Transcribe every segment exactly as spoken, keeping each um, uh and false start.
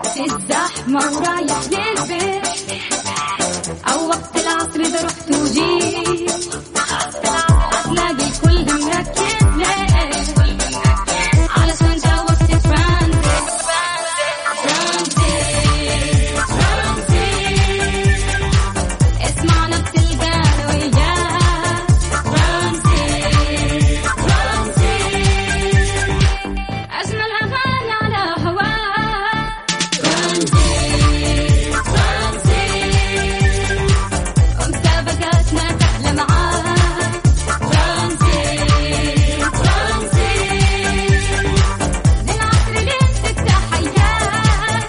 في الزحمة ورايح للبيت أو وقت العصر إذا رحت وجيت هتلاقي الكل مركز ليه علشان جو وقت ترانزيت ترانزيت ترانزيت اسمعنا بتلقانا وياك ترانزيت ترانزيت أجمل أغاني على هواك ترانزيت ترانزيت ومسابقاتنا سهلة معاك ترانزيت ترانزيت للعصر لين تفتح حياك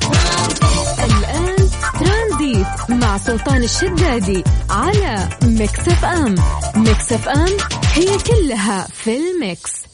الآن ترانزيت مع سلطان الشدادي على ميكس اف ام. ميكس اف ام هي كلها في الميكس.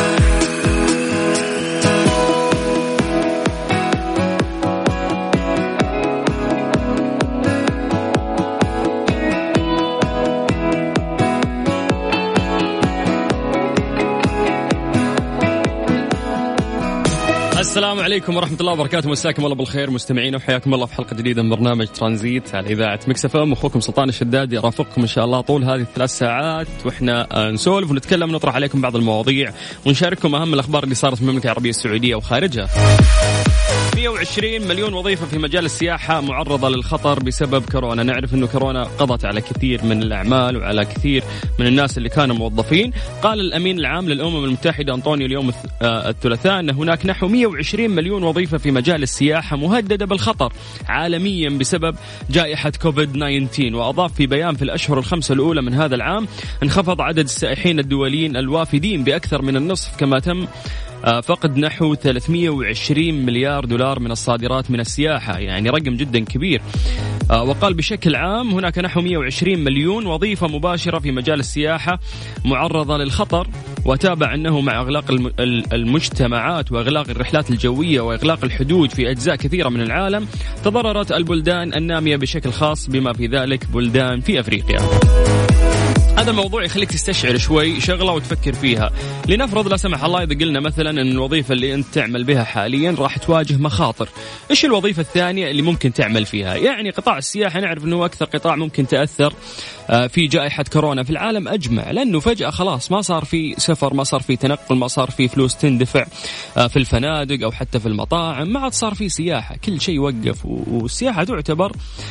السلام عليكم ورحمة الله وبركاته، مساكم الله بالخير مستمعين وحياكم الله في حلقة جديدة من برنامج ترانزيت على إذاعة ميكس اف ام. أخوكم سلطان الشدادي رافقكم إن شاء الله طول هذه الثلاث ساعات وإحنا نسولف ونتكلم ونطرح عليكم بعض المواضيع ونشارككم أهم الأخبار اللي صارت في المملكة العربية السعودية وخارجها. مئة وعشرين مليون وظيفة في مجال السياحة معرضة للخطر بسبب كورونا. نعرف أنه كورونا قضت على كثير من الأعمال وعلى كثير من الناس اللي كانوا موظفين. قال الأمين العام للأمم المتحدة أنطونيو اليوم الثلاثاء أن هناك نحو مئة وعشرين مليون وظيفة في مجال السياحة مهددة بالخطر عالميا بسبب جائحة كوفيد تسعة عشر. وأضاف في بيان في الأشهر الخمسة الأولى من هذا العام انخفض عدد السائحين الدوليين الوافدين بأكثر من النصف، كما تم فقد نحو ثلاثمئة وعشرين مليار دولار من الصادرات من السياحة، يعني رقم جدا كبير. وقال بشكل عام هناك نحو مئة وعشرين مليون وظيفة مباشرة في مجال السياحة معرضة للخطر. وتابع أنه مع إغلاق المجتمعات وإغلاق الرحلات الجوية وإغلاق الحدود في أجزاء كثيرة من العالم تضررت البلدان النامية بشكل خاص بما في ذلك بلدان في أفريقيا. هذا الموضوع يخليك تستشعر شوي شغلة وتفكر فيها. لنفرض لا سمح الله إذا قلنا مثلا أن الوظيفة اللي أنت تعمل بها حاليا راح تواجه مخاطر، إيش الوظيفة الثانية اللي ممكن تعمل فيها؟ يعني قطاع السياحة نعرف أنه أكثر قطاع ممكن تأثر في جائحة كورونا في العالم أجمع، لأنه فجأة خلاص ما صار في سفر، ما صار في تنقل، ما صار في فلوس تندفع في الفنادق أو حتى في المطاعم، ما عاد صار في سياحة، كل شيء وقف. والسياحة تعتبر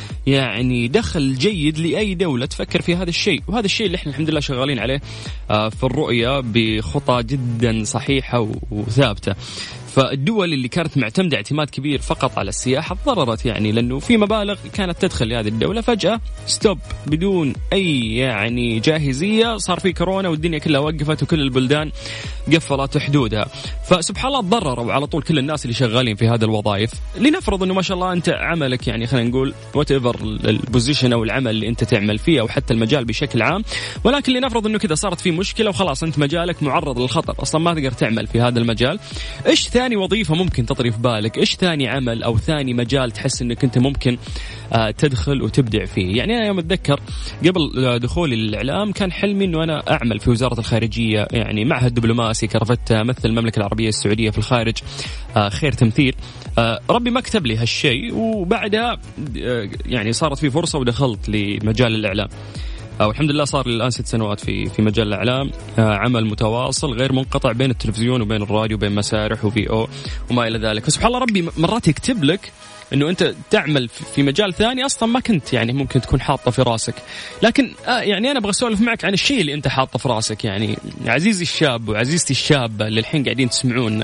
يعني دخل جيد لأي دولة تفكر في هذا الشيء، وهذا الشيء اللي احنا الحمد لله شغالين عليه في الرؤية بخطى جدا صحيحة وثابتة. فالدول اللي كانت معتمدة اعتماد كبير فقط على السياحة تضررت، يعني لأنه في مبالغ كانت تدخل لهذه الدولة فجأة ستوب بدون أي يعني جاهزية، صار في كورونا والدنيا كلها وقفت وكل البلدان قفلت حدودها، فسبحان الله تضرروا على طول كل الناس اللي شغالين في هذه الوظائف. لنفرض أنه ما شاء الله أنت عملك يعني خلينا نقول whatever البوزيشن أو العمل اللي أنت تعمل فيه أو حتى المجال بشكل عام، ولكن لنفرض أنه كذا صارت فيه مشكلة وخلاص أنت مجالك معرض للخطر، أصلا ما تقدر تعمل في هذا المجال. إيش ثاني وظيفة ممكن تطري في بالك؟ إيش ثاني عمل أو ثاني مجال تحس أنك أنت ممكن آه تدخل وتبدع فيه؟ يعني أنا يوم أتذكر قبل دخولي للإعلام كان حلمي أنه أنا أعمل في وزارة الخارجية، يعني معهد دبلوماسي كرفت مثل المملكة العربية السعودية في الخارج، آه خير تمثيل. آه ربي ما كتب لي هالشيء، وبعدها آه يعني صارت في فرصة ودخلت لمجال الإعلام. والحمد لله صار الآن ست سنوات في في مجال الإعلام، عمل متواصل غير منقطع بين التلفزيون وبين الراديو وبين مسارح وفي أو وما إلى ذلك. فسبحان الله ربي مرات يكتب لك إنه أنت تعمل في مجال ثاني أصلا ما كنت يعني ممكن تكون حاطة في راسك. لكن آه يعني أنا أبغى أسولف معك عن الشيء اللي أنت حاطة في راسك. يعني عزيزي الشاب وعزيزتي الشابة اللي الحين قاعدين تسمعون،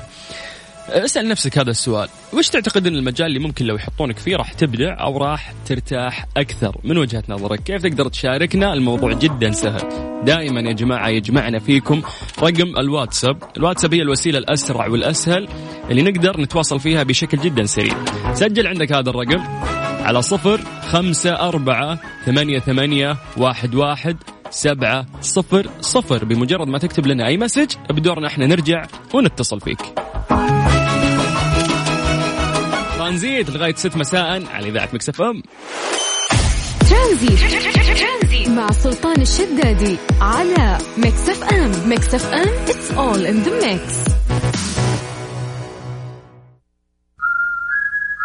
اسأل نفسك هذا السؤال: وش تعتقد أن المجال اللي ممكن لو يحطونك فيه راح تبدع أو راح ترتاح أكثر من وجهة نظرك؟ كيف تقدر تشاركنا؟ الموضوع جدا سهل، دائما يا جماعة يجمعنا فيكم رقم الواتساب. الواتساب هي الوسيلة الأسرع والأسهل اللي نقدر نتواصل فيها بشكل جدا سريع. سجل عندك هذا الرقم على صفر خمسة أربعة ثمانية ثمانية واحد واحد سبعة صفر صفر. بمجرد ما تكتب لنا أي مسج بدورنا احنا نرجع ونتصل فيك. ترانزيت لغاية ست مساء على إذاعة ميكس اف ام. ترانزيت مع سلطان الشدادي على ميكس اف ام. ميكس اف ام it's all in the mix.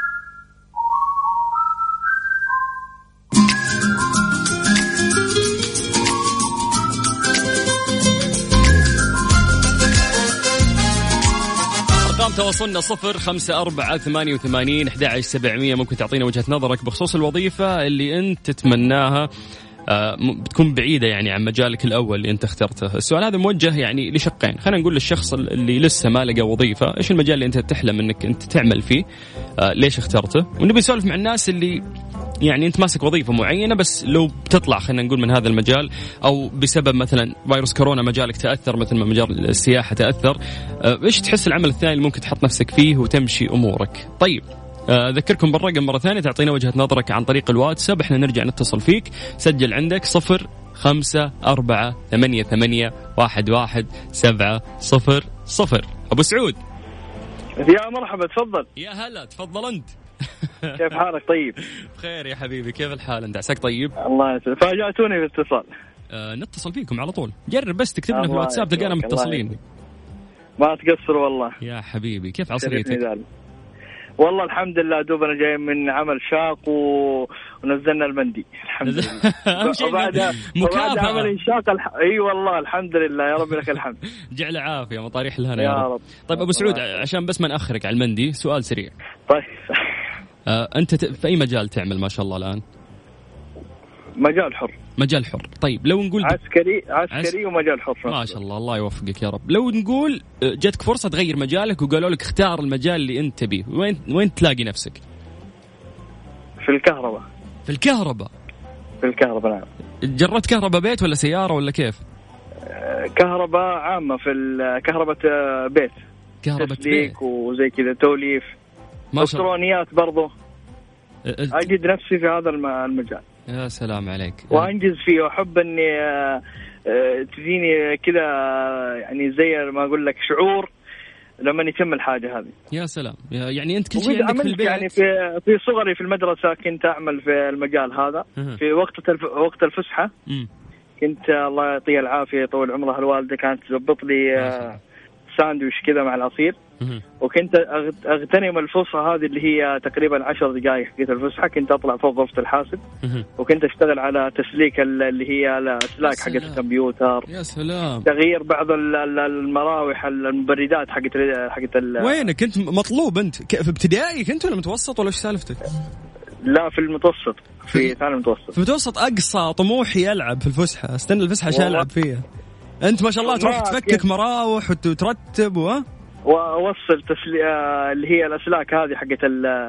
وصلنا صفر خمسة أربعة ثمانية وثمانين أحد عشر سبعمية. ممكن تعطينا وجهة نظرك بخصوص الوظيفة اللي أنت تتمناها بتكون بعيدة يعني عن مجالك الأول اللي أنت اخترته. السؤال هذا موجه يعني لشقين. خلينا نقول للشخص اللي لسه ما لقى وظيفة إيش المجال اللي أنت تحلم أنك أنت تعمل فيه، ليش اخترته، ونبي نسولف مع الناس اللي يعني أنت ماسك وظيفة معينة بس لو بتطلع خلينا نقول من هذا المجال أو بسبب مثلا فيروس كورونا مجالك تأثر مثل ما مجال السياحة تأثر، إيش تحس العمل الثاني اللي ممكن تحط نفسك فيه وتمشي أمورك. طيب أذكركم بالرقم مرة ثانية تعطينا وجهة نظرك عن طريق الواتساب، إحنا نرجع نتصل فيك. سجل عندك صفر خمسة أربعة ثمانية ثمانية واحد واحد سبعة صفر صفر. أبو سعود يا مرحبا، تفضل. يا هلا، تفضل أنت. كيف حالك؟ طيب بخير يا حبيبي، كيف الحال أنت؟ عساك طيب؟ الله يسلمك. فاجأتوني بالاتصال. آه نتصل فيكم على طول، جرب بس تكتبنا في الواتساب تلقانا متصلين. ما تقصر والله يا حبيبي. كيف عصريتك؟ والله الحمد لله، دوبنا جاي من عمل شاق و... ونزلنا المندي الحمد لله. أهم شيء مكافأة عمل شاق الح... اي والله الحمد لله، يا رب لك الحمد. جعل عافية مطاريح الهنا يا, يا رب. رب. طيب أبو سعود، عشان بس ما نأخرك على المندي، سؤال سريع. طيب آه أنت ت... في أي مجال تعمل ما شاء الله الآن؟ مجال حر. مجال حر. طيب لو نقول عسكري عسكري عس... ومجال حر. ما شاء الله، الله يوفقك يا رب. لو نقول جاتك فرصة تغير مجالك وقالوا لك اختار المجال اللي أنت تبيه، وين وين تلاقي نفسك؟ في الكهرباء. في الكهرباء. في الكهرباء نعم. جربت كهرباء بيت ولا سيارة ولا كيف؟ كهرباء عامة، في كهرباء بيت. كهرباء بيت وزي كذا توليف. إلكترونيات برضو. أجد نفسي في هذا المجال. يا سلام عليك. وأنجز فيه، وأحب أني تجيني كذا يعني زي ما أقول لك شعور لما يتم الحاجة هذه. يا سلام، يعني أنت كل شيء عندك في البيت. يعني في في صغري في المدرسة كنت أعمل في المجال هذا. في وقت الف... وقت الفسحة م. كنت الله يعطيه العافية طول عمرها الوالدة كانت تضبط لي ساندويش كذا مع العصير، وكنت أغتنم الفرصة هذه اللي هي تقريبا عشر دقائق حقت الفسحة. كنت أطلع فوق غرفة الحاسب وكنت أشتغل على تسليك اللي هي الأسلاك حقت الكمبيوتر. يا سلام. تغيير بعض المراوح المبردات حقت حقت ال... وينك كنت مطلوب أنت؟ في ابتدائي كنت ولا متوسط ولا إيش سالفتك؟ لا في المتوسط، في ثاني المتوسط. في المتوسط أقصى طموحي ألعب في الفسحة، استنى الفسحة عشان ألعب فيها. أنت ما شاء الله تروح تفكك مراوح وترتب و وأوصل تسلي... اللي هي الأسلاك هذه حقت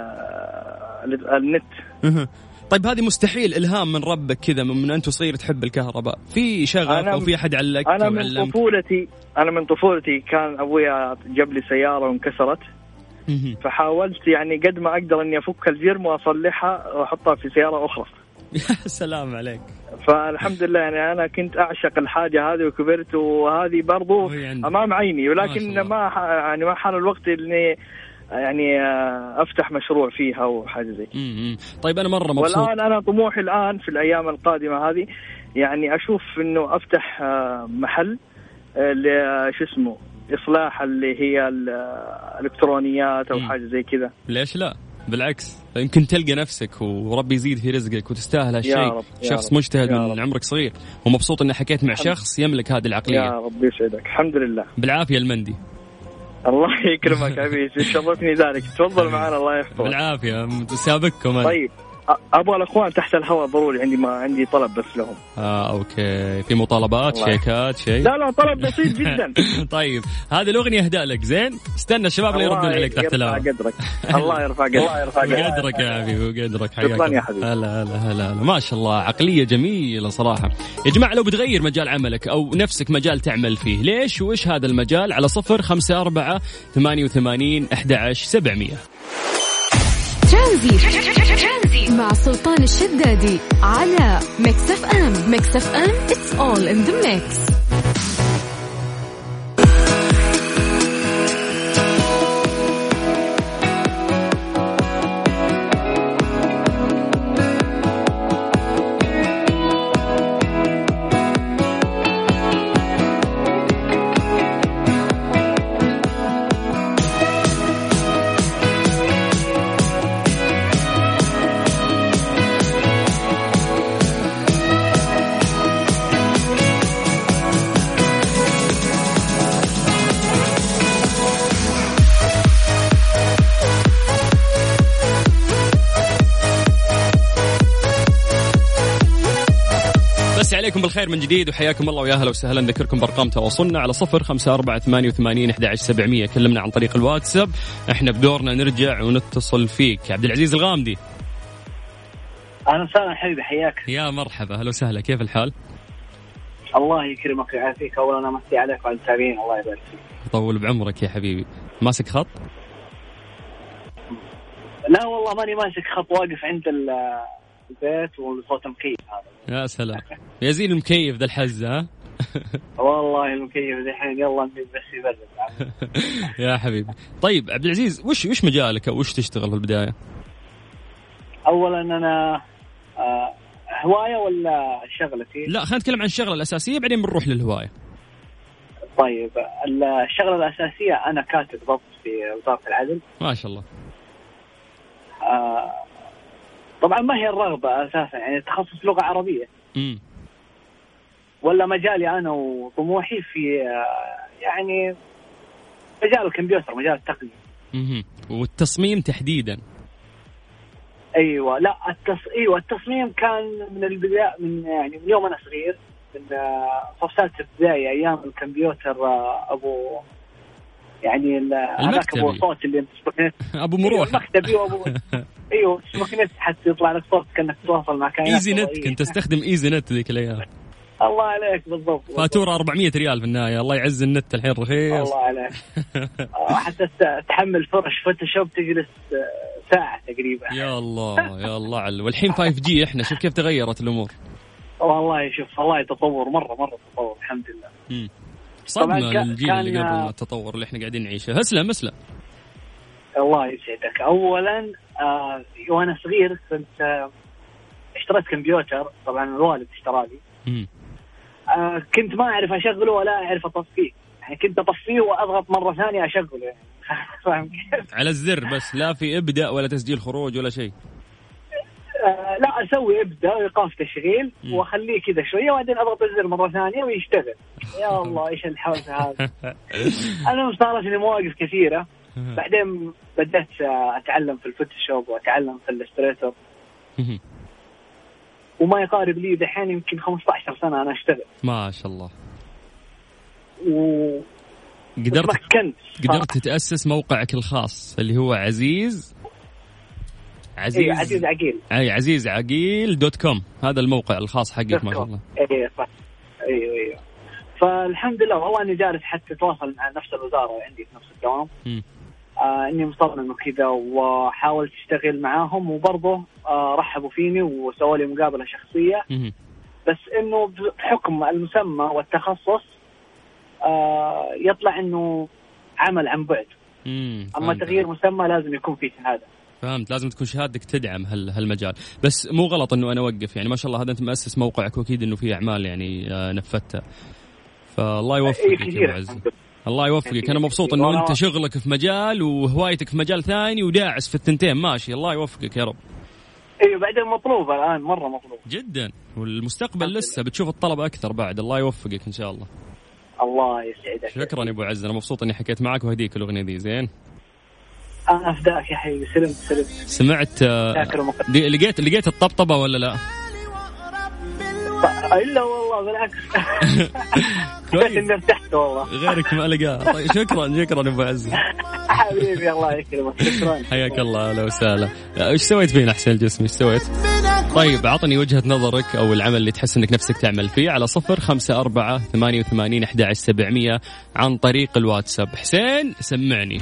النت. طيب هذه مستحيل إلهام من ربك كذا من أنت صغير تحب الكهرباء، في شغف أو في أحد علك؟ أنا من طفولتي أنا من طفولتي كان أبويا جاب لي سيارة وانكسرت، فحاولت يعني قد ما أقدر أني أفك الجرم وأصلحها وأحطها في سيارة أخرى. يا سلام عليك. فالحمد لله يعني أنا كنت أعشق الحاجة هذه وكبرت وهذه برضو أمام عيني، ولكن ما, ما يعني ما حان الوقت إني يعني أفتح مشروع فيها وحاجة زي كده. طيب أنا مرة مبسوط. والآن أنا طموحي الآن في الأيام القادمة هذه يعني أشوف إنه أفتح محل شو اسمه إصلاح اللي هي الإلكترونيات أو حاجة زي كذا. ليش لا؟ بالعكس يمكن تلقى نفسك وربي يزيد في رزقك وتستاهل هالشيء. شخص مجتهد من عمرك صغير ومبسوط إن حكيت مع شخص يملك هذه العقلية. يا رب يسعدك. الحمد لله. بالعافية المندي. الله يكرمك عبيد، شرفني ذلك. تفضل معنا الله يحفظك. بالعافية، سابقكم. طيب أبغى الأخوان تحت الهواء ضروري، عندي ما عندي طلب بس لهم. آه أوكي، في مطالبات شيكات شيء؟ لا لا طلب بسيط جدا. طيب هذه الأغنية أهداء لك. زين استنى الشباب اللي يردون عليك تحت الهواء. قدرك. الله يرفع قدرك. الله يرفع قدرك يا حبيبي وقدرك. حياك شكرا يا حبيبي. هلا هلا هلا ما شاء الله عقلية جميلة صراحة. يا جماعة لو بتغير مجال عملك أو نفسك مجال تعمل فيه، ليش وإيش هذا المجال؟ على صفر خمسة أربعة ثمانية وثمانين أحد عشر سبعمية. ترانزيت مع سلطان الشدادي على ميكس اف ام. ميكس اف ام it's all in the mix. عليكم بالخير من جديد وحياكم الله ويا هلا وسهلا. نذكركم بارقام تواصلنا على صفر خمسة أربعة ثمانية وثمانين أحد عشر سبعمية. كلمنا عن طريق الواتساب. احنا بدورنا نرجع ونتصل فيك. عبد العزيز الغامدي. أهلا وسهلا حبيبي حياك. يا مرحبا هلا وسهلا. كيف الحال؟ الله يكرمك ويعافيك. أولا أنا مسي عليك وعلى المتابعين. الله يبارك فيك. طول بعمرك يا حبيبي. ماسك خط؟ لا والله ماني ماسك خط، واقف عند البيت والصوت مكيف هذا. يا سلام يا زين المكيف ذا الحزة ها. والله المكيف الحين يلا نبي بس يبرد. يا حبيبي. طيب عبد العزيز وش وش مجالك أو وش تشتغل في البداية؟ أولا أنا آه هواية ولا شغلتي؟ لا خلينا نتكلم عن الشغلة الأساسية بعدين بنروح للهواية. طيب الشغلة الأساسية أنا كاتب ضبط في وزارة العدل. ما شاء الله. آه طبعا ما هي الرغبة أساسا، يعني تخصص لغة عربية. امم ولا مجالي أنا وطموحي في آه يعني مجال الكمبيوتر، مجال التقنية. امم والتصميم تحديدا. أيوة لا التص... أيوة التصميم كان من البداية، من يعني من يوم أنا صغير، من آه صفات ابتدائي أيام الكمبيوتر. آه أبو يعني هذاك ابو صوت اللي تسمع نت ابو مروح. أيوة المكتبي وابو ايوه تسمع نت حتى يطلع لك صوت كانك تتواصل مع كائنات. ايزي نت كنت استخدم ايزي نت ذيك الايام. الله عليك بالضبط. فاتوره أربعمية ريال في النهايه. الله يعز النت الحين رخيص. الله عليك. حتى تحمل فرش فوتوشوب تجلس ساعه تقريبا. يا الله يا الله على. والحين فايف جي احنا شوف كيف تغيرت الامور. والله شوف والله تطور مره مره تطور الحمد لله. امم صدمة للجيل اللي قبل التطور اللي احنا قاعدين نعيشه. اسلم اسلم. الله يسعدك. اولا آه وانا صغير كنت آه اشتريت كمبيوتر، طبعا الوالد اشترى لي. آه كنت ما اعرف اشغله ولا اعرف اطفيه، يعني كنت اطفيه واضغط مره ثانيه اشغله يعني. فاهم كيف؟ على الزر بس، لا في ابدا ولا تسجيل خروج ولا شيء. آه لا اسوي ابدا وايقاف تشغيل واخليه كذا شويه وبعدين اضغط الزر مره ثانيه ويشتغل. يا الله ايش الحوسه هذا. انا صارت لي مواقف كثيره. بعدين بدأت اتعلم في الفوتوشوب واتعلم في الإليستريتور، وما يقارب لي دحين يمكن خمسة عشر سنه انا اشتغل. ما شاء الله. و قدرت قدرت تأسس موقعك الخاص اللي هو عزيز عزيز أيوة عزيز عقيل. اي عزيز عقيل دوت كوم. هذا الموقع الخاص حقك ما شاء الله. ايوه صح. ايوه ايوه فالحمد لله والله اني جالس حتى اتواصل مع نفس الوزاره عندي في نفس الدوام. آه اني مصمم وكذا وحاولت اشتغل معاهم وبرضه آه رحبوا فيني وسووا لي مقابله شخصيه. مم. بس انه بحكم المسمى والتخصص آه يطلع انه عمل عن بعد. مم. اما تغيير مسمى لازم يكون فيه شهاده. فهمت. لازم تكون شهادتك تدعم هال هالمجال. بس مو غلط انه انا اوقف، يعني ما شاء الله هذا انت مؤسس موقعك واكيد انه فيه اعمال يعني آه نفذتها. فالله يوفقك يا ابو عز. الله يوفقك. انا مبسوط انه انت شغلك في مجال وهوايتك في مجال ثاني وداعس في التنتين. ماشي الله يوفقك يا رب. ايوه بعدين مطلوب الان مره مطلوب جدا، والمستقبل لسه بتشوف الطلب اكثر بعد. الله يوفقك ان شاء الله. الله يسعدك. شكرا يا ابو عز. انا مبسوط اني حكيت معك وهديك الاغنيه دي. زين انا افداك يا حبيبي. سلمت سلمت. سمعت لقيت لقيت الطبطبه ولا لا؟ الا والله بالعكس. كويس اني ارتحت والله. غيرك ما لقاه. طيب شكرا شكرا ابو عز حبيبي. الله يكرمك. شكرا. حياك الله. اهلا وسهلا. ايش سويت فينا حسين الجسمي؟ ايش سويت؟ طيب عطني وجهة نظرك او العمل اللي تحس انك نفسك تعمل فيه على صفر خمسة أربعة ثمانية وثمانين أحد عشر سبعمية عن طريق الواتساب. حسين سمعني.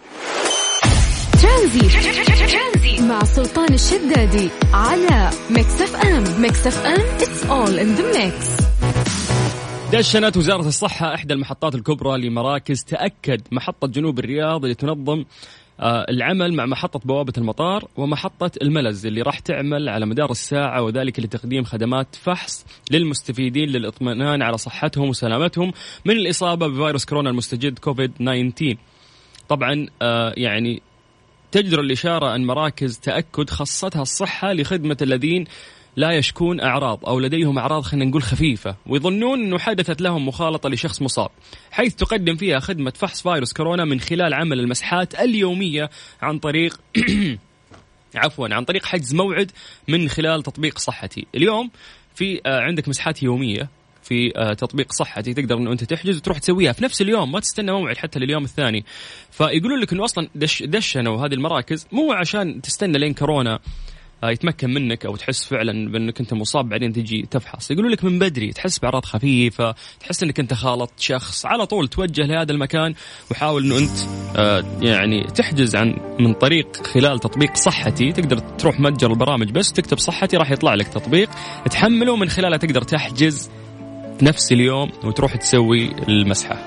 ترانزي مع سلطان الشدادي على ميكس اف ام. ميكس اف ام it's all in the mix. دشنت وزارة الصحة إحدى المحطات الكبرى لمراكز تأكد محطة جنوب الرياض اللي تنظم آه العمل مع محطة بوابة المطار ومحطة الملز اللي راح تعمل على مدار الساعة، وذلك لتقديم خدمات فحص للمستفيدين للإطمئنان على صحتهم وسلامتهم من الإصابة بفيروس كورونا المستجد كوفيد تسعة عشر. طبعا آه يعني تجدر الإشارة أن مراكز تأكد خصتها الصحة لخدمة الذين لا يشكون أعراض أو لديهم أعراض خلينا نقول خفيفة ويظنون أنه حدثت لهم مخالطة لشخص مصاب، حيث تقدم فيها خدمة فحص فيروس كورونا من خلال عمل المسحات اليومية عن طريق عفوا عن طريق حجز موعد من خلال تطبيق صحتي. اليوم في عندك مساحات يومية في تطبيق صحتي تقدر انه انت تحجز وتروح تسويها في نفس اليوم، ما تستنى موعد حتى لليوم الثاني. فيقولون لك انه اصلا دش دشنوا هذه المراكز مو عشان تستنى لين كورونا يتمكن منك او تحس فعلا بانك انت مصاب بعدين تجي تفحص. يقولوا لك من بدري تحس باعراض خفيفه، تحس انك انت خالط شخص، على طول توجه لهذا المكان وحاول انه انت آه يعني تحجز عن من طريق خلال تطبيق صحتي. تقدر تروح متجر البرامج بس تكتب صحتي راح يطلع لك تطبيق تحمله، من خلاله تقدر تحجز نفس اليوم وتروح تسوي المسحه.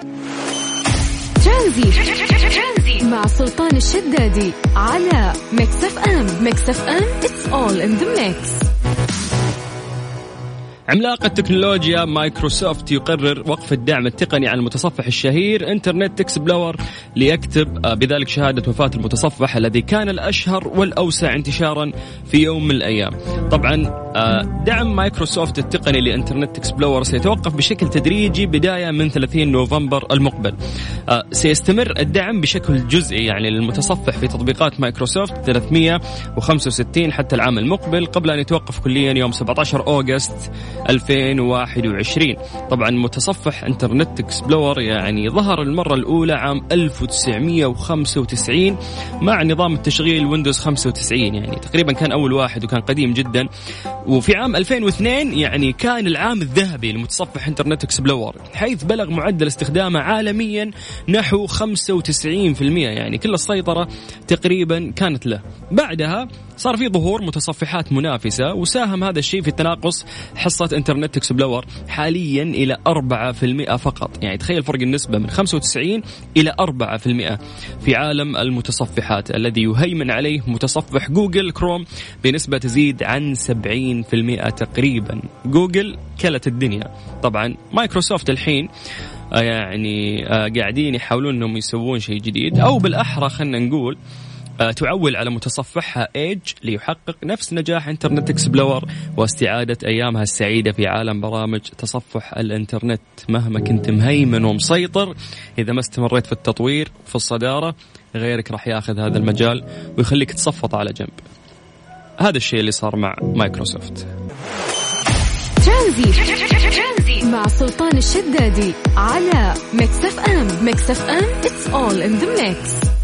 ترانزي مع سلطان الشدادي على ميكس اف ام. ميكس اف ام it's all in the mix. عملاق التكنولوجيا مايكروسوفت يقرر وقف الدعم التقني عن المتصفح الشهير انترنت اكسبلور ليكتب بذلك شهادة وفاة المتصفح الذي كان الأشهر والأوسع انتشارا في يوم من الأيام. طبعا دعم مايكروسوفت التقني لانترنت اكسبلور سيتوقف بشكل تدريجي بداية من ثلاثين نوفمبر المقبل. سيستمر الدعم بشكل جزئي يعني للمتصفح في تطبيقات مايكروسوفت ثلاثمئة وخمسة وستين حتى العام المقبل، قبل أن يتوقف كليا يوم سبعة عشر أغسطس ألفين وواحد وعشرين. طبعا متصفح انترنت اكسبلور يعني ظهر المرة الأولى عام ألف وتسعمئة وخمسة وتسعين مع نظام التشغيل ويندوز خمسة وتسعين، يعني تقريبا كان أول واحد وكان قديم جدا. وفي عام ألفين واثنين يعني كان العام الذهبي لمتصفح انترنت اكسبلور، حيث بلغ معدل استخدامه عالميا نحو خمسة وتسعين بالمئة، يعني كل السيطرة تقريبا كانت له. بعدها صار في ظهور متصفحات منافسة وساهم هذا الشيء في تناقص حصة انترنت اكسبلور حاليا إلى أربعة بالمئة فقط. يعني تخيل فرق النسبة من خمسة وتسعين إلى أربعة بالمئة في عالم المتصفحات الذي يهيمن عليه متصفح جوجل كروم بنسبة تزيد عن سبعين بالمئة تقريبا. جوجل كلت الدنيا. طبعا مايكروسوفت الحين يعني قاعدين يحاولون أنهم يسوون شيء جديد، أو بالأحرى خلنا نقول تعول على متصفحها إيج ليحقق نفس نجاح انترنت اكسبلور واستعادة أيامها السعيدة في عالم برامج تصفح الانترنت. مهما كنت مهيمن ومسيطر، إذا ما استمريت في التطوير في الصدارة، غيرك راح ياخذ هذا المجال ويخليك تصفط على جنب. هذا الشيء اللي صار مع مايكروسوفت. ترانزي مع سلطان الشدادي على ميكس اف ام. ميكس اف ام it's all in the mix.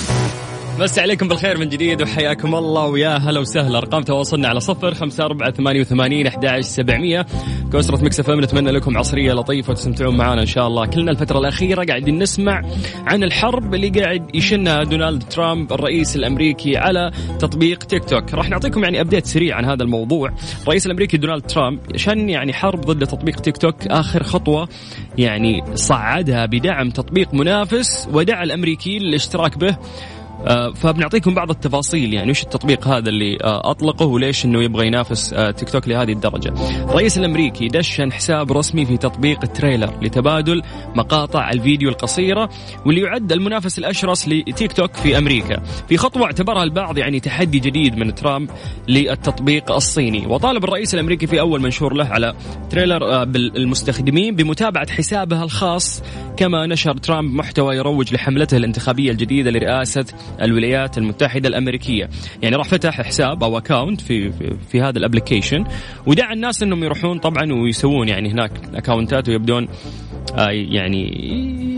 مسا عليكم بالخير من جديد وحياكم الله ويا هلا وسهلا. أرقام تواصلنا على صفر خمسة أربعة ثمانية وثمانين أحد عشر سبعمية. كسرة ميكس اف ام نتمنى لكم عصرية لطيفة وتستمتعون معنا إن شاء الله. كلنا الفترة الأخيرة قاعدين نسمع عن الحرب اللي قاعد يشنها دونالد ترامب الرئيس الأمريكي على تطبيق تيك توك. راح نعطيكم يعني أبديت سريع عن هذا الموضوع. الرئيس الأمريكي دونالد ترامب شن يعني حرب ضد تطبيق تيك توك. آخر خطوة يعني صعدها بدعم تطبيق منافس ودعا الأمريكيين للاشتراك به. آه فبنعطيكم بعض التفاصيل يعني وش التطبيق هذا اللي آه أطلقه وليش إنه يبغى ينافس آه تيك توك لهذه الدرجة. الرئيس الأمريكي دشن حساب رسمي في تطبيق التريلر لتبادل مقاطع الفيديو القصيرة، واللي يعد المنافس الأشرس لتيك توك في أمريكا، في خطوة اعتبرها البعض يعني تحدي جديد من ترامب للتطبيق الصيني. وطالب الرئيس الأمريكي في أول منشور له على تريلر آه بالمستخدمين بمتابعة حسابها الخاص. كما نشر ترامب محتوى يروج لحملته الانتخابية الجديدة لرئاسة الولايات المتحدة الأمريكية. يعني راح فتح حساب أو أكاونت في, في في هذا الابليكيشن، ودعا الناس إنهم يروحون طبعا ويسوون يعني هناك أكاونتات ويبدون آه يعني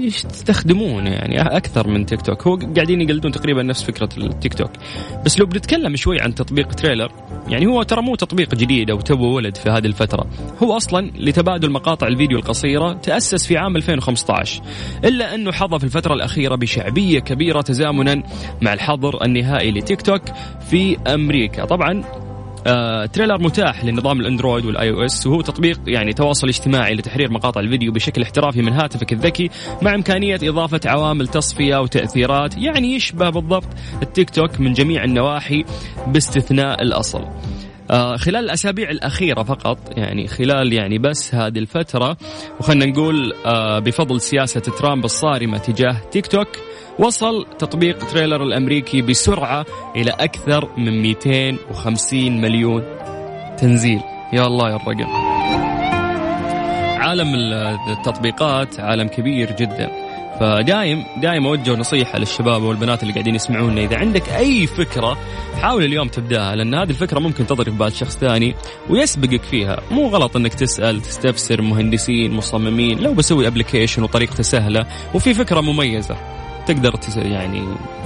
يستخدمون يعني أكثر من تيك توك. هو قاعدين يقلدون تقريبا نفس فكرة التيك توك. بس لو بنتكلم شوي عن تطبيق تريلر، يعني هو ترى مو تطبيق جديد أو تبو ولد في هذه الفترة. هو أصلا لتبادل مقاطع الفيديو القصيرة تأسس في عام ألفين وخمسة عشر، إلا أنه حظى في الفترة الأخيرة بشعبية كبيرة تزامنا مع الحظر النهائي لتيك توك في أمريكا. طبعا آه، تريلر متاح لنظام الأندرويد والآي أو إس، وهو تطبيق يعني تواصل اجتماعي لتحرير مقاطع الفيديو بشكل احترافي من هاتفك الذكي، مع إمكانية إضافة عوامل تصفية وتأثيرات. يعني يشبه بالضبط التيك توك من جميع النواحي باستثناء الأصل. آه خلال الأسابيع الأخيرة فقط، يعني خلال يعني بس هذه الفترة، وخلنا نقول آه بفضل سياسة ترامب الصارمة تجاه تيك توك، وصل تطبيق تريلر الأمريكي بسرعة إلى أكثر من مئتين وخمسين مليون تنزيل. يا الله يا الرقم. عالم التطبيقات عالم كبير جدا، فدايم دايم أوجه نصيحة للشباب والبنات اللي قاعدين يسمعونا، إذا عندك أي فكرة حاول اليوم تبدأها، لأن هذه الفكرة ممكن تضرب بال شخص ثاني ويسبقك فيها. مو غلط أنك تسأل تستفسر مهندسين مصممين، لو بسوي أبليكيشن وطريقته سهلة وفي فكرة مميزة تقدر يعني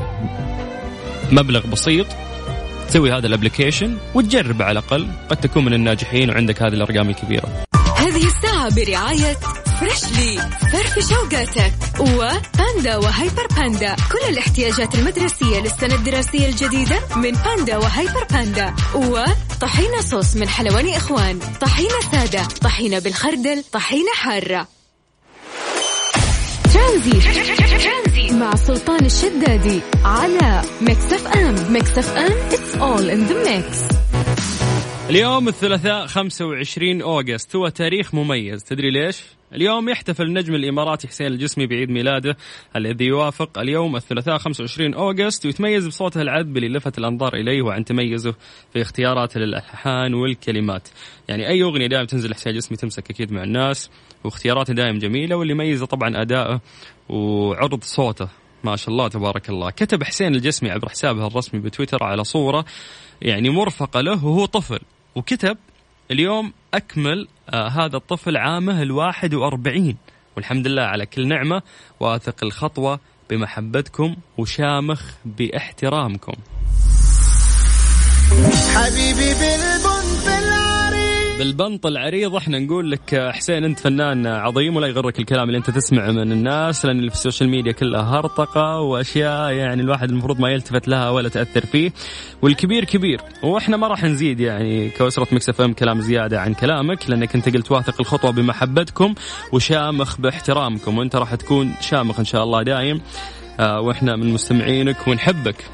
مبلغ بسيط تسوي هذا الابليكيشن وتجرب على الأقل، قد تكون من الناجحين وعندك هذه الأرقام الكبيرة. هذه الساعة برعاية فريشلي فرف شوقاتك وباندا وهايبر باندا، كل الاحتياجات المدرسية للسنة الدراسية الجديدة من باندا وهايبر باندا، وطحينة صوص من حلواني إخوان، طحينة سادة، طحينة بالخردل، طحينة حارة. ترانزيت مع سلطان الشدادي على ميكس اف ام. ميكس اف ام it's all in the mix. اليوم الثلاثاء خمسة وعشرين أغسطس هو تاريخ مميز، تدري ليش؟ اليوم يحتفل النجم الإماراتي حسين الجسمي بعيد ميلاده الذي يوافق اليوم الثلاثاء خمسة وعشرين أغسطس، ويتميز بصوته العذب اللي لفت الأنظار إليه وعن تميزه في اختياراته للألحان والكلمات. يعني أي أغنية دائما تنزل حسين الجسمي تمسك أكيد مع الناس، واختياراته دائما جميلة، واللي يميزه طبعا أدائه وعرض صوته ما شاء الله تبارك الله. كتب حسين الجسمي عبر حسابه الرسمي بتويتر على صورة يعني مرفقة له وهو طفل، وكتب اليوم أكمل آه هذا الطفل عامه الواحد وأربعين، والحمد لله على كل نعمة، واثق الخطوة بمحبتكم وشامخ باحترامكم. حبيبي بالبنط العريض بالبنط العريض احنا نقول لك حسين انت فنان عظيم، ولا يغرك الكلام اللي انت تسمع من الناس، لان اللي في السوشيال ميديا كلها هرطقة واشياء يعني الواحد المفروض ما يلتفت لها ولا تأثر فيه، والكبير كبير. واحنا ما راح نزيد يعني كأسرة ميكس اف ام كلام زيادة عن كلامك، لانك انت قلت واثق الخطوة بمحبتكم وشامخ باحترامكم، وانت راح تكون شامخ ان شاء الله دايم. آه واحنا من مستمعينك ونحبك.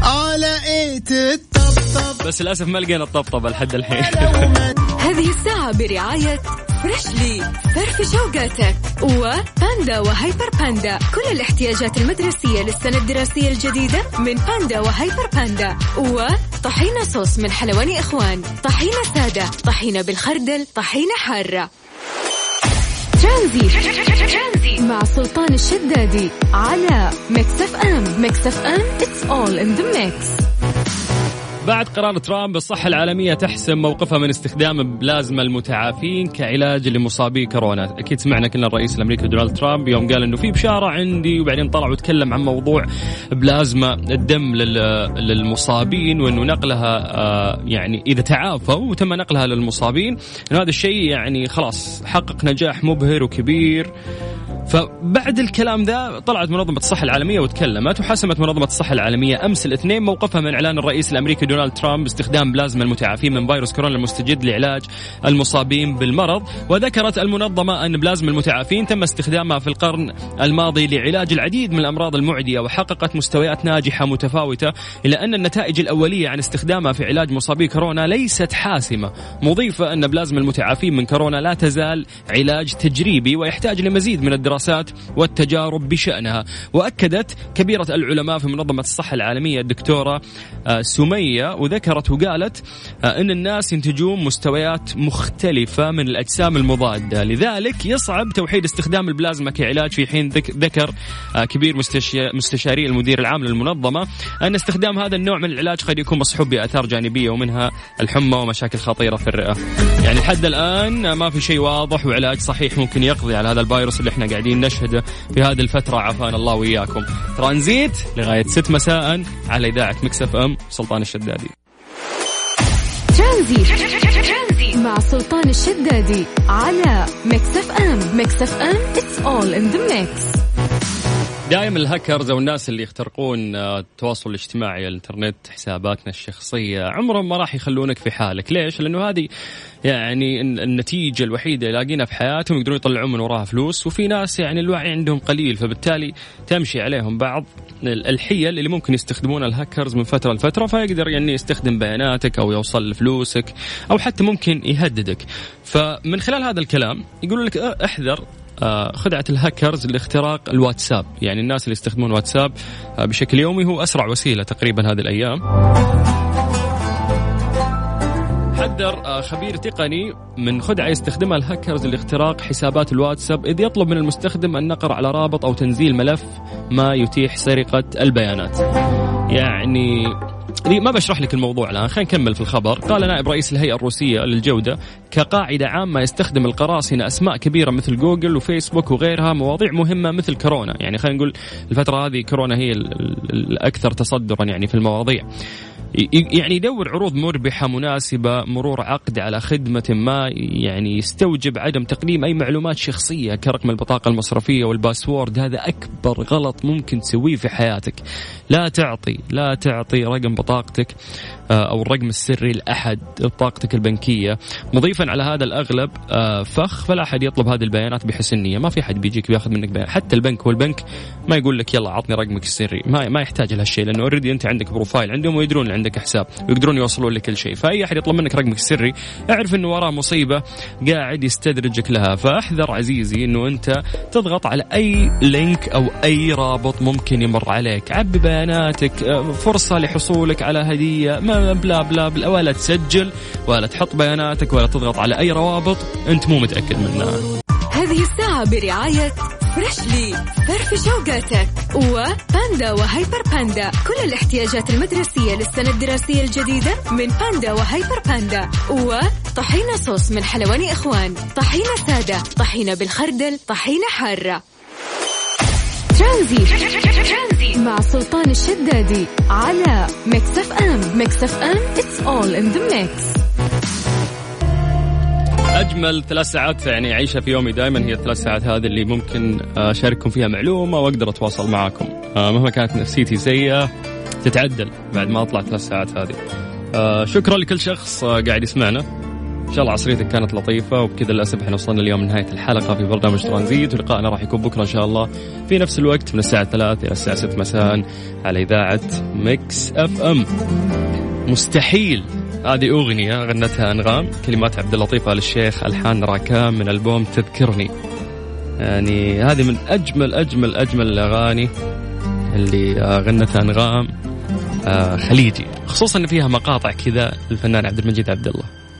بس للأسف ما لقينا الطبطبة لحد الحين. هذه الساعة برعاية فريشلي فرف شوقاتك وباندا وهايبر باندا، كل الاحتياجات المدرسية للسنة الدراسية الجديدة من باندا وهايبر باندا، وطحينة صوص من حلواني إخوان، طحينة سادة، طحينة بالخردل، طحينة حارة. ترانزيت مع سلطان الشدادي على ميكس اف ام. ميكس اف ام it's all in the mix. بعد قرار ترامب الصحة العالمية تحسم موقفها من استخدام بلازما المتعافين كعلاج لمصابي كورونا. أكيد سمعنا كلنا الرئيس الأمريكي دونالد ترامب يوم قال إنه في بشارة عندي، وبعدين طلع وتكلم عن موضوع بلازما الدم للمصابين، وإنه نقلها يعني إذا تعافوا وتم نقلها للمصابين إنه هذا الشيء يعني خلاص حقق نجاح مبهر وكبير. فبعد الكلام ذا طلعت منظمة الصحة العالمية وتكلمت، وحسمت منظمة الصحة العالمية أمس الاثنين موقفها من إعلان الرئيس الأمريكي دونالد ترامب باستخدام بلازما المتعافين من فيروس كورونا المستجد لعلاج المصابين بالمرض. وذكرت المنظمة أن بلازما المتعافين تم استخدامها في القرن الماضي لعلاج العديد من الأمراض المعدية، وحققت مستويات ناجحة متفاوتة، إلا أن النتائج الأولية عن استخدامها في علاج مصابي كورونا ليست حاسمة، مضيفة أن بلازما المتعافين من كورونا لا تزال علاج تجريبي ويحتاج لمزيد من الدراسات والتجارب بشأنها. وأكدت كبيرة العلماء في منظمة الصحة العالمية الدكتورة سمية، وذكرت وقالت أن الناس ينتجون مستويات مختلفة من الأجسام المضادة، لذلك يصعب توحيد استخدام البلازما كعلاج، في حين ذكر كبير مستشاري المدير العام للمنظمة أن استخدام هذا النوع من العلاج قد يكون مصحوب بآثار جانبية ومنها الحمى ومشاكل خطيرة في الرئة. يعني لحد الآن ما في شيء واضح وعلاج صحيح ممكن يقضي على هذا الفيروس اللي احنا قاعدين نشهده في هذه الفترة، عافانا الله وإياكم. ترانزيت لغاية ست مساء على إذاعة ميكس اف ام. سلطان الشدادي. ترانزيت مع سلطان الشدادي على ميكس اف ام. ميكس اف ام it's all in the mix. دائما الهاكرز أو الناس اللي يخترقون التواصل الاجتماعي الانترنت حساباتنا الشخصية عمرهم ما راح يخلونك في حالك. ليش؟ لأنه هذه يعني النتيجة الوحيدة لاقينا في حياتهم يقدرون يطلعون من وراها فلوس، وفي ناس يعني الوعي عندهم قليل، فبالتالي تمشي عليهم بعض الحيل اللي ممكن يستخدمونها الهاكرز من فترة لفترة، فيقدر يعني يستخدم بياناتك أو يوصل لفلوسك أو حتى ممكن يهددك. فمن خلال هذا الكلام يقولون لك احذر خدعة الهاكرز لاختراق الواتساب. يعني الناس اللي يستخدمون واتساب بشكل يومي هو أسرع وسيلة تقريبا هذه الأيام. يحذر خبير تقني من خدعة يستخدمها الهاكرز لاختراق حسابات الواتساب إذ يطلب من المستخدم النقر على رابط أو تنزيل ملف ما يتيح سرقة البيانات. يعني ما بشرح لك الموضوع الآن، خلينا نكمل في الخبر. قال نائب رئيس الهيئة الروسية للجودة كقاعدة عامة يستخدم القراصنة أسماء كبيرة مثل جوجل وفيسبوك وغيرها مواضيع مهمة مثل كورونا. يعني خلينا نقول الفترة هذه كورونا هي الأكثر تصدرا يعني في المواضيع. يعني يدور عروض مربحة مناسبة، مرور عقد على خدمة ما، يعني يستوجب عدم تقديم أي معلومات شخصية كرقم البطاقة المصرفية والباسورد. هذا أكبر غلط ممكن تسويه في حياتك. لا تعطي لا تعطي رقم بطاقتك أو الرقم السري لأحد، بطاقتك البنكية. مضيفا على هذا الأغلب فخ، فلا أحد يطلب هذه البيانات بحسن نية. ما في حد بيجيك بياخذ منك بيانات، حتى البنك والبنك ما يقول لك يلا عطني رقمك السري، ما ما يحتاج لهالشيء، لأنه أوريدي أنت عندك بروفايل عندهم ويدرون عندك حساب ويقدرون يوصلون لك كل شيء. فأي أحد يطلب منك رقمك السري اعرف إنه وراه مصيبة قاعد يستدرجك لها. فاحذر عزيزي إنه أنت تضغط على أي لينك أو أي رابط ممكن يمر عليك. عبي بياناتك، فرصة لحصولك على هدية، ما بلا بلا بلا، ولا تسجل ولا تحط بياناتك ولا تضغط على أي روابط أنت مو متأكد منها. هذه الساعة برعاية فريشلي، فرف شوقاتك، وباندا وهايبر باندا، كل الاحتياجات المدرسية للسنة الدراسية الجديدة من باندا وهايبر باندا، وطحينة صوص من حلواني إخوان، طحينة سادة، طحينة بالخردل، طحينة حارة. ترانزيت مع سلطان الشدادي على ميكس اف ام. ميكس اف ام it's all in the mix. أجمل ثلاث ساعات يعني عيشها في يومي دائما هي الثلاث ساعات هذه اللي ممكن أشارككم فيها معلومة وأقدر أتواصل معكم مهما كانت نفسيتي سيئة تتعدل بعد ما أطلع ثلاث ساعات هذه. شكرا لكل شخص قاعد يسمعنا، إن شاء الله عصريتك كانت لطيفة. وبكذا للأسف احنا وصلنا اليوم لنهاية الحلقة في برنامج ترانزيت، ولقائنا راح يكون بكرة إن شاء الله في نفس الوقت من الساعة ثلاث إلى الساعة ست مساء على إذاعة ميكس أف أم. مستحيل هذه أغنية غنتها أنغام، كلمات عبد اللطيف آل الشيخ، ألحان راكان، من ألبوم تذكرني. يعني هذه من أجمل أجمل أجمل الأغاني اللي غنتها أنغام خليجي، خصوصا أن فيها مقاطع كذا الفنان عبد المجيد عبد الله.